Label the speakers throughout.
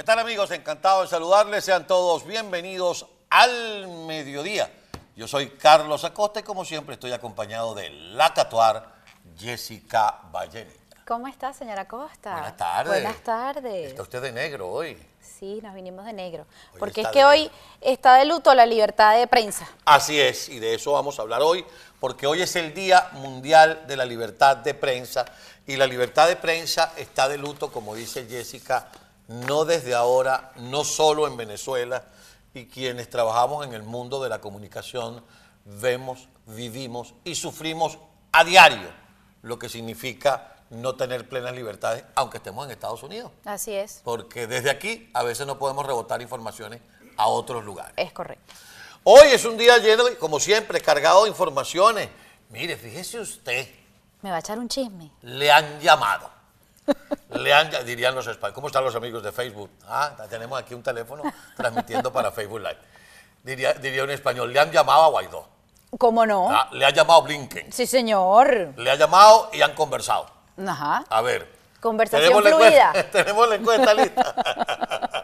Speaker 1: tal, amigos? Encantado de saludarles. Sean todos bienvenidos al mediodía. Yo soy Carlos Acosta y como siempre estoy acompañado de la Catuar, Jessica Vallenita.
Speaker 2: ¿Cómo está, señora Acosta?
Speaker 1: Buenas tardes.
Speaker 2: Buenas tardes.
Speaker 1: Está usted de negro hoy.
Speaker 2: Sí, nos vinimos de negro.
Speaker 1: Hoy
Speaker 2: Porque es
Speaker 1: está
Speaker 2: que
Speaker 1: de
Speaker 2: hoy
Speaker 1: negro.
Speaker 2: está de luto la libertad de prensa.
Speaker 1: Así es, y de eso vamos a hablar hoy, porque hoy es el Día Mundial de la Libertad de Prensa, y la libertad de prensa está de luto, como dice Jessica, no desde ahora, no solo en Venezuela, y quienes trabajamos en el mundo de la comunicación vemos, vivimos y sufrimos a diario lo que significa no tener plenas libertades, aunque estemos en Estados Unidos.
Speaker 2: Así es.
Speaker 1: Porque desde aquí a veces no podemos rebotar informaciones a otros lugares.
Speaker 2: Es correcto.
Speaker 1: Hoy es un día lleno, como siempre, cargado de informaciones. Mire, fíjese usted,
Speaker 2: ¿Me va a echar un chisme?
Speaker 1: le han llamado. Dirían los españoles. ¿Cómo están los amigos de Facebook? Ah, tenemos aquí un teléfono transmitiendo para Facebook Live. Diría un español, le han llamado a Guaidó.
Speaker 2: ¿Cómo no?
Speaker 1: Ah, le ha llamado Blinken.
Speaker 2: Sí, señor.
Speaker 1: Le ha llamado y han conversado.
Speaker 2: Ajá.
Speaker 1: A ver.
Speaker 2: Conversación
Speaker 1: tenemos
Speaker 2: fluida.
Speaker 1: Tenemos la encuesta lista.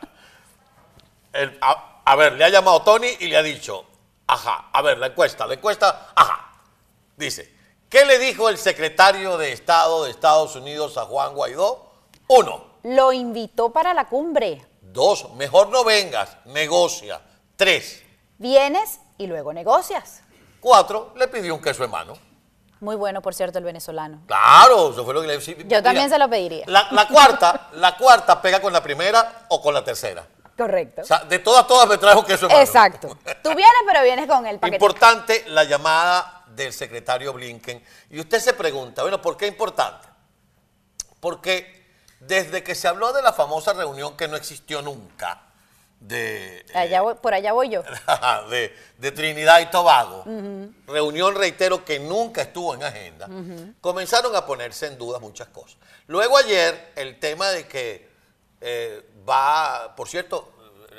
Speaker 1: A ver, le ha llamado Tony y le ha dicho, ajá, a ver, la encuesta, ajá. Dice, ¿qué le dijo el secretario de Estado de Estados Unidos a Juan Guaidó? 1.
Speaker 2: Lo invitó para la cumbre.
Speaker 1: 2, mejor no vengas, negocia. 3.
Speaker 2: Vienes y luego negocias.
Speaker 1: 4, le pidió un queso en mano.
Speaker 2: Muy bueno, por cierto, el venezolano.
Speaker 1: Claro, eso fue lo que le dije.
Speaker 2: Yo también se lo pediría.
Speaker 1: La cuarta pega con la primera o con la tercera.
Speaker 2: Correcto.
Speaker 1: O sea, de todas me trajo queso en mano.
Speaker 2: Exacto. Tú vienes, pero vienes con el paquete.
Speaker 1: Importante la llamada del secretario Blinken. Y usted se pregunta, bueno, ¿por qué importante? Porque desde que se habló de la famosa reunión que no existió nunca,
Speaker 2: Por allá voy yo.
Speaker 1: de Trinidad y Tobago, reunión, reitero, que nunca estuvo en agenda, comenzaron a ponerse en duda muchas cosas. Luego ayer, el tema de que por cierto,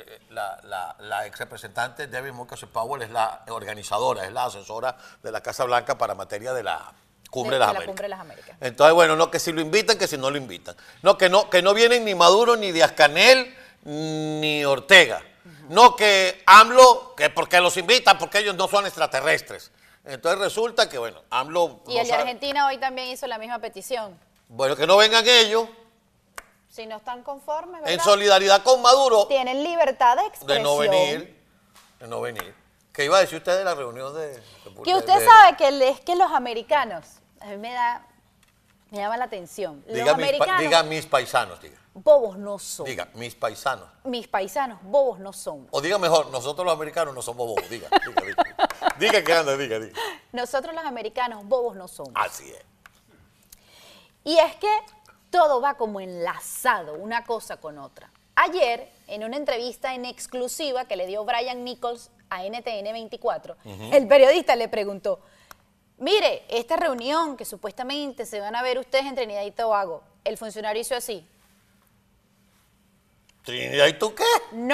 Speaker 1: la ex representante Debbie Mukasey Powell es la organizadora, es la asesora de la Casa Blanca para materia de la Cumbre de las Américas.
Speaker 2: Cumbre de las Américas.
Speaker 1: Entonces, bueno, no que si lo invitan, que si no lo invitan. No, que no vienen ni Maduro, ni Díaz-Canel, ni Ortega. No que AMLO, que porque los invitan, porque ellos no son extraterrestres. Entonces resulta que, bueno, AMLO...
Speaker 2: Y el de Argentina hoy también hizo la misma petición.
Speaker 1: Bueno, que no vengan ellos.
Speaker 2: Si no están conformes, ¿verdad?
Speaker 1: En solidaridad con Maduro.
Speaker 2: Tienen libertad de expresión.
Speaker 1: De no venir. ¿Qué iba a decir usted de la reunión de...
Speaker 2: Que usted sabe que es que los americanos, a mí me llama la atención. Los americanos,
Speaker 1: diga mis paisanos, diga.
Speaker 2: bobos no son.
Speaker 1: Diga, mis paisanos.
Speaker 2: Mis paisanos, bobos no son.
Speaker 1: O diga mejor, nosotros los americanos no somos bobos. Diga. Diga que anda, diga.
Speaker 2: Nosotros los americanos, bobos no somos.
Speaker 1: Así es.
Speaker 2: Y es que todo va como enlazado, una cosa con otra. Ayer, en una entrevista en exclusiva que le dio Brian Nichols a NTN 24, el periodista le preguntó, mire, esta reunión que supuestamente se van a ver ustedes en Trinidad y Tobago, el funcionario hizo así.
Speaker 1: ¿Trinidad y tú qué?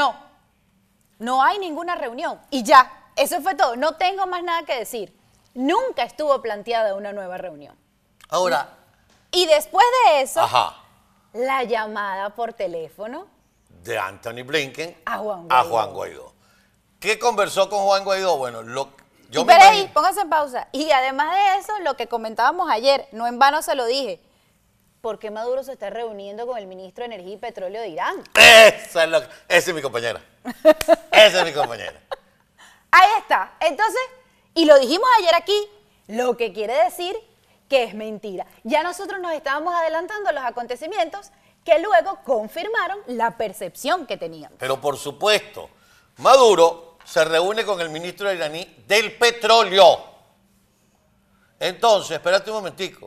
Speaker 2: No hay ninguna reunión. Y ya, eso fue todo. No tengo más nada que decir. Nunca estuvo planteada una nueva reunión.
Speaker 1: Ahora...
Speaker 2: Y después de eso,
Speaker 1: Ajá.
Speaker 2: la llamada por teléfono
Speaker 1: de Anthony Blinken
Speaker 2: a Juan
Speaker 1: Guaidó. ¿Qué conversó con Juan Guaidó? Bueno,
Speaker 2: pero ahí, póngase en pausa. Y además de eso, lo que comentábamos ayer, no en vano se lo dije, ¿por qué Maduro se está reuniendo con el ministro de Energía y Petróleo de Irán?
Speaker 1: Esa es mi compañera. Esa es mi compañera.
Speaker 2: Ahí está. Entonces, y lo dijimos ayer aquí, lo que quiere decir que es mentira. Ya nosotros nos estábamos adelantando a los acontecimientos que luego confirmaron la percepción que teníamos.
Speaker 1: Pero por supuesto, Maduro se reúne con el ministro iraní del petróleo. Entonces, espérate un momentico.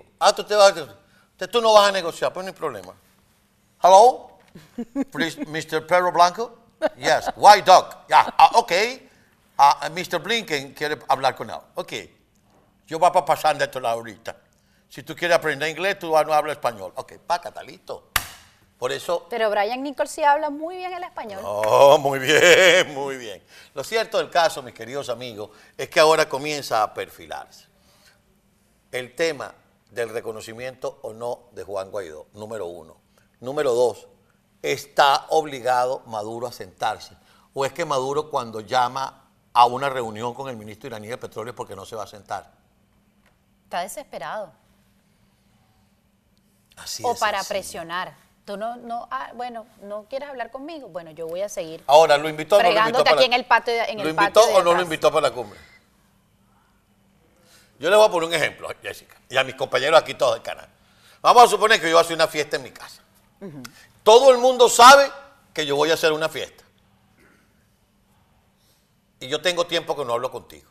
Speaker 1: Tú no vas a negociar, pues no hay problema. Hello, please, Mr. Perro Blanco. Yes, White Dog. Yeah, okay. Mr. Blinken quiere hablar con él. Ok. Yo voy a pasar de esto ahorita. Si tú quieres aprender inglés, tú no hablas español. Ok, pácata, listo. Por eso...
Speaker 2: Pero Brian Nichols sí habla muy bien el español.
Speaker 1: Oh, muy bien, muy bien. Lo cierto del caso, mis queridos amigos, es que ahora comienza a perfilarse el tema del reconocimiento o no de Juan Guaidó, número 1. Número 2, está obligado Maduro a sentarse? ¿O es que Maduro cuando llama a una reunión con el ministro iraní de petróleo es porque no se va a sentar?
Speaker 2: Está desesperado.
Speaker 1: Así
Speaker 2: O
Speaker 1: de
Speaker 2: para
Speaker 1: sencillo.
Speaker 2: presionar. Tú bueno, ¿no quieres hablar conmigo? Bueno, yo voy a seguir
Speaker 1: Ahora, ¿lo invitó o no lo invitó
Speaker 2: fregándote
Speaker 1: para
Speaker 2: aquí en el patio en
Speaker 1: ¿Lo
Speaker 2: el
Speaker 1: invitó
Speaker 2: patio de
Speaker 1: o no lo
Speaker 2: atrás.
Speaker 1: invitó para la cumbre? Yo les voy a poner un ejemplo, Jessica, y a mis compañeros aquí todos del canal. Vamos a suponer que yo voy a hacer una fiesta en mi casa. Todo el mundo sabe que yo voy a hacer una fiesta. Y yo tengo tiempo que no hablo contigo.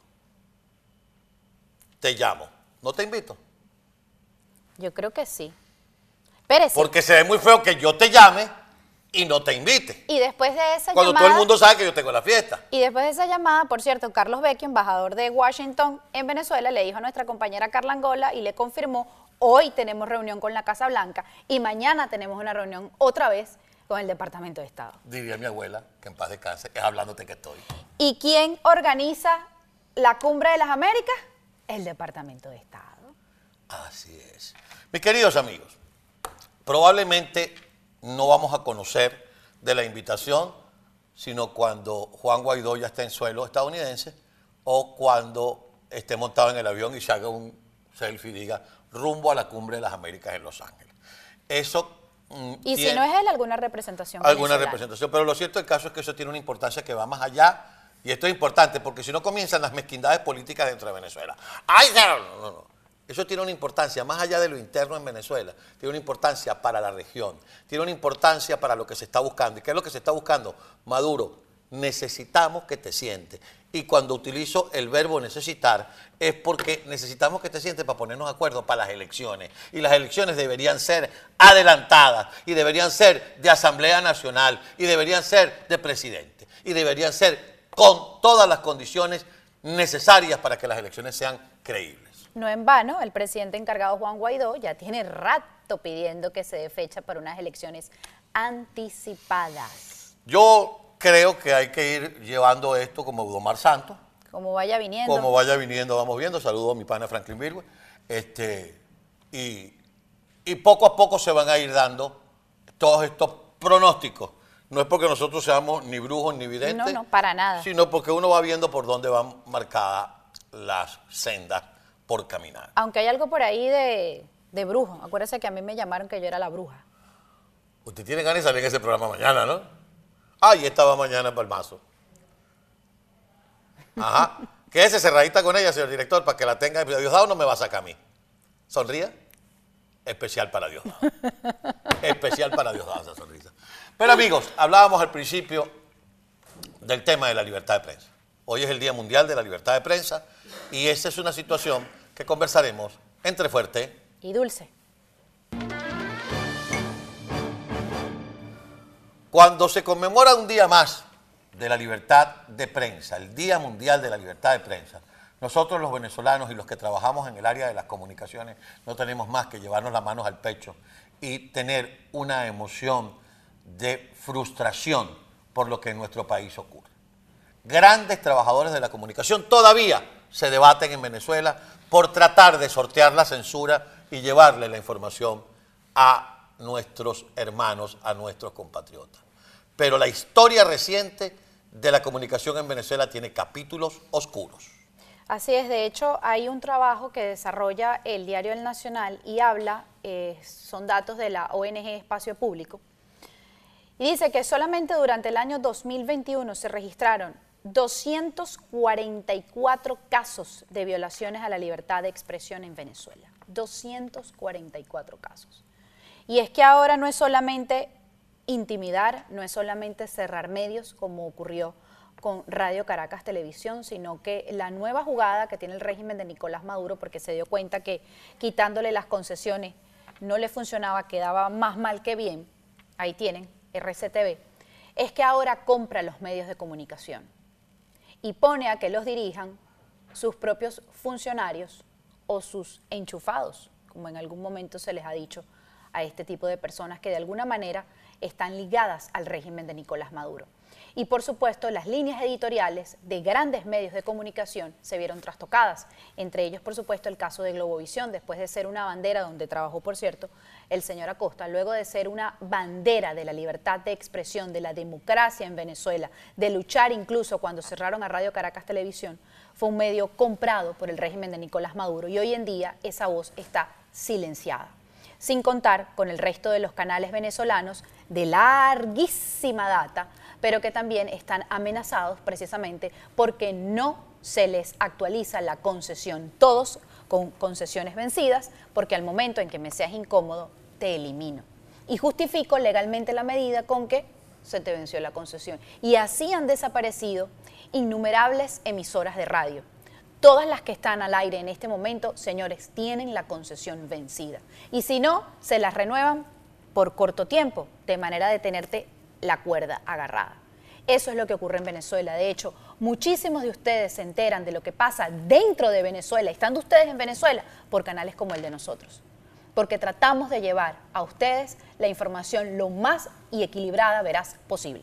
Speaker 1: Te llamo. ¿No te invito?
Speaker 2: Yo creo que sí. Espérese.
Speaker 1: Porque se ve muy feo que yo te llame y no te invite.
Speaker 2: Y después de esa
Speaker 1: Cuando
Speaker 2: llamada...
Speaker 1: todo el mundo sabe que yo tengo la fiesta.
Speaker 2: Y después de esa llamada, por cierto, Carlos Vecchio, embajador de Washington en Venezuela, le dijo a nuestra compañera Carla Angola y le confirmó, hoy tenemos reunión con la Casa Blanca y mañana tenemos una reunión otra vez con el Departamento de Estado.
Speaker 1: Diría mi abuela, que en paz descanse, es hablándote que estoy.
Speaker 2: ¿Y quién organiza la Cumbre de las Américas? El Departamento de Estado.
Speaker 1: Así es. Mis queridos amigos, probablemente no vamos a conocer de la invitación, sino cuando Juan Guaidó ya esté en suelo estadounidense o cuando esté montado en el avión y se haga un selfie y diga rumbo a la Cumbre de las Américas en Los Ángeles. Eso
Speaker 2: Y si no es él, alguna representación
Speaker 1: alguna
Speaker 2: venezolana.
Speaker 1: representación, pero lo cierto del caso es que eso tiene una importancia que va más allá, y esto es importante porque si no comienzan las mezquindades políticas dentro de Venezuela. ¡Ay, no! Eso tiene una importancia más allá de lo interno en Venezuela, tiene una importancia para la región, tiene una importancia para lo que se está buscando. ¿Y qué es lo que se está buscando? Maduro, necesitamos que te sientes. Y cuando utilizo el verbo necesitar es porque necesitamos que te sientes para ponernos de acuerdo para las elecciones. Y las elecciones deberían ser adelantadas y deberían ser de Asamblea Nacional y deberían ser de presidente y deberían ser con todas las condiciones necesarias para que las elecciones sean creíbles.
Speaker 2: No en vano, el presidente encargado Juan Guaidó ya tiene rato pidiendo que se dé fecha para unas elecciones anticipadas.
Speaker 1: Yo creo que hay que ir llevando esto como Eudomar Santos.
Speaker 2: Como vaya viniendo.
Speaker 1: Como vaya viniendo, vamos viendo. Saludo a mi pana Franklin Virgüe. Y poco a poco se van a ir dando todos estos pronósticos. No es porque nosotros seamos ni brujos ni videntes.
Speaker 2: No, para nada.
Speaker 1: Sino porque uno va viendo por dónde van marcadas las sendas por caminar.
Speaker 2: Aunque hay algo por ahí de brujo. Acuérdese que a mí me llamaron que yo era la bruja.
Speaker 1: Usted tiene ganas de salir en ese programa mañana, ¿no? Ah, y esta va mañana para el mazo. Ajá. Quédese cerradita con ella, señor director, para que la tenga. Diosdado no me va a sacar a mí. Sonría. Especial para Diosdado. Especial para Diosdado esa sonrisa. Pero amigos, hablábamos al principio del tema de la libertad de prensa. Hoy es el Día Mundial de la Libertad de Prensa y esa es una situación que conversaremos entre fuerte
Speaker 2: y dulce.
Speaker 1: Cuando se conmemora un día más de la libertad de prensa, el Día Mundial de la Libertad de Prensa, nosotros los venezolanos y los que trabajamos en el área de las comunicaciones no tenemos más que llevarnos las manos al pecho y tener una emoción de frustración por lo que en nuestro país ocurre. Grandes trabajadores de la comunicación todavía se debaten en Venezuela por tratar de sortear la censura y llevarle la información a nuestros hermanos, a nuestros compatriotas. Pero la historia reciente de la comunicación en Venezuela tiene capítulos oscuros.
Speaker 2: Así es, de hecho hay un trabajo que desarrolla el diario El Nacional y habla, son datos de la ONG Espacio Público, y dice que solamente durante el año 2021 se registraron 244 casos de violaciones a la libertad de expresión en Venezuela. 244 casos. Y es que ahora no es solamente intimidar, no es solamente cerrar medios como ocurrió con Radio Caracas Televisión, sino que la nueva jugada que tiene el régimen de Nicolás Maduro, porque se dio cuenta que quitándole las concesiones no le funcionaba, quedaba más mal que bien, ahí tienen, RCTV, es que ahora compra los medios de comunicación y pone a que los dirijan sus propios funcionarios o sus enchufados, como en algún momento se les ha dicho a este tipo de personas que de alguna manera están ligadas al régimen de Nicolás Maduro. Y por supuesto, las líneas editoriales de grandes medios de comunicación se vieron trastocadas. Entre ellos, por supuesto, el caso de Globovisión, después de ser una bandera, donde trabajó, por cierto, el señor Acosta, luego de ser una bandera de la libertad de expresión, de la democracia en Venezuela, de luchar incluso cuando cerraron a Radio Caracas Televisión, fue un medio comprado por el régimen de Nicolás Maduro y hoy en día esa voz está silenciada. Sin contar con el resto de los canales venezolanos de larguísima data, pero que también están amenazados precisamente porque no se les actualiza la concesión, todos con concesiones vencidas, porque al momento en que me seas incómodo, te elimino. Y justifico legalmente la medida con que se te venció la concesión. Y así han desaparecido innumerables emisoras de radio. Todas las que están al aire en este momento, señores, tienen la concesión vencida. Y si no, se las renuevan por corto tiempo, de manera de tenerte la cuerda agarrada. Eso es lo que ocurre en Venezuela. De hecho, muchísimos de ustedes se enteran de lo que pasa dentro de Venezuela, estando ustedes en Venezuela, por canales como el de nosotros. Porque tratamos de llevar a ustedes la información lo más y equilibrada, veraz, posible.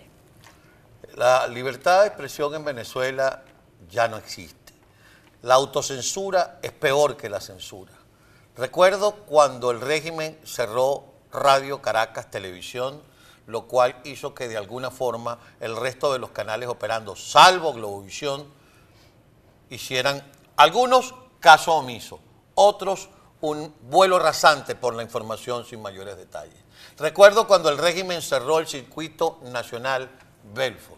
Speaker 1: La libertad de expresión en Venezuela ya no existe. La autocensura es peor que la censura. Recuerdo cuando el régimen cerró Radio Caracas Televisión, lo cual hizo que de alguna forma el resto de los canales operando, salvo Globovisión, hicieran algunos caso omiso, otros un vuelo rasante por la información sin mayores detalles. Recuerdo cuando el régimen cerró el circuito nacional Belfort,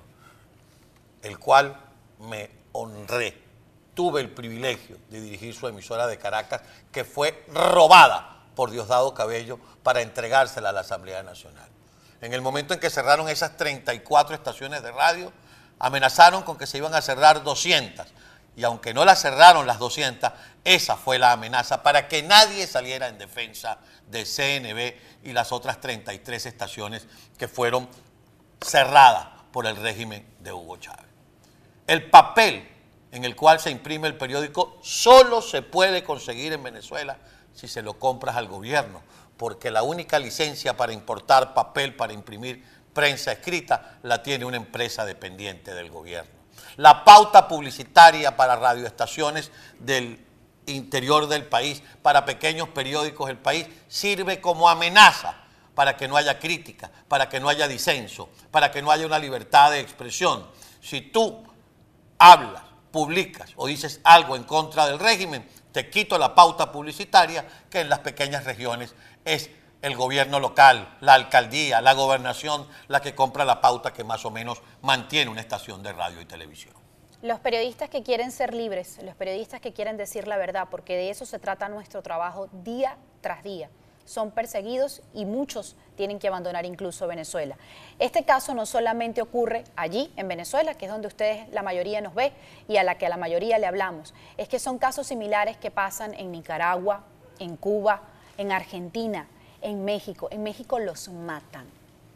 Speaker 1: el cual me honré. Tuve el privilegio de dirigir su emisora de Caracas, que fue robada por Diosdado Cabello para entregársela a la Asamblea Nacional. En el momento en que cerraron esas 34 estaciones de radio, amenazaron con que se iban a cerrar 200. Y aunque no las cerraron las 200, esa fue la amenaza para que nadie saliera en defensa de CNV y las otras 33 estaciones que fueron cerradas por el régimen de Hugo Chávez. El papel en el cual se imprime el periódico solo se puede conseguir en Venezuela si se lo compras al gobierno, porque la única licencia para importar papel, para imprimir prensa escrita, la tiene una empresa dependiente del gobierno. La pauta publicitaria para radioestaciones del interior del país, para pequeños periódicos del país, sirve como amenaza para que no haya crítica, para que no haya disenso, para que no haya una libertad de expresión. Si tú hablas, publicas o dices algo en contra del régimen, te quito la pauta publicitaria, que en las pequeñas regiones es el gobierno local, la alcaldía, la gobernación, la que compra la pauta que más o menos mantiene una estación de radio y televisión.
Speaker 2: Los periodistas que quieren ser libres, los periodistas que quieren decir la verdad, porque de eso se trata nuestro trabajo día tras día, son perseguidos y muchos tienen que abandonar incluso Venezuela. Este caso no solamente ocurre allí, en Venezuela, que es donde ustedes, la mayoría nos ve y a la mayoría le hablamos, es que son casos similares que pasan en Nicaragua, en Cuba, en Argentina, en México. En México los matan.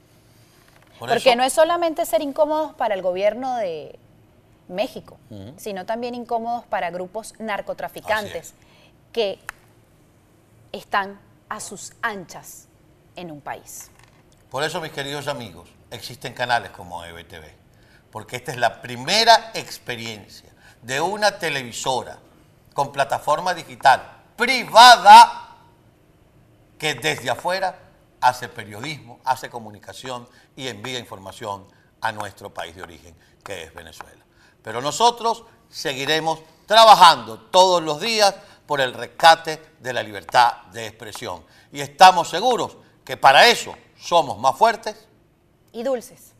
Speaker 2: Porque no es solamente ser incómodos para el gobierno de México, sino también incómodos para grupos narcotraficantes que están a sus anchas en un país.
Speaker 1: Por eso, mis queridos amigos, existen canales como EBTV, porque esta es la primera experiencia de una televisora con plataforma digital privada que desde afuera hace periodismo, hace comunicación y envía información a nuestro país de origen, que es Venezuela. Pero nosotros seguiremos trabajando todos los días por el rescate de la libertad de expresión. Y estamos seguros que para eso somos más fuertes
Speaker 2: y dulces.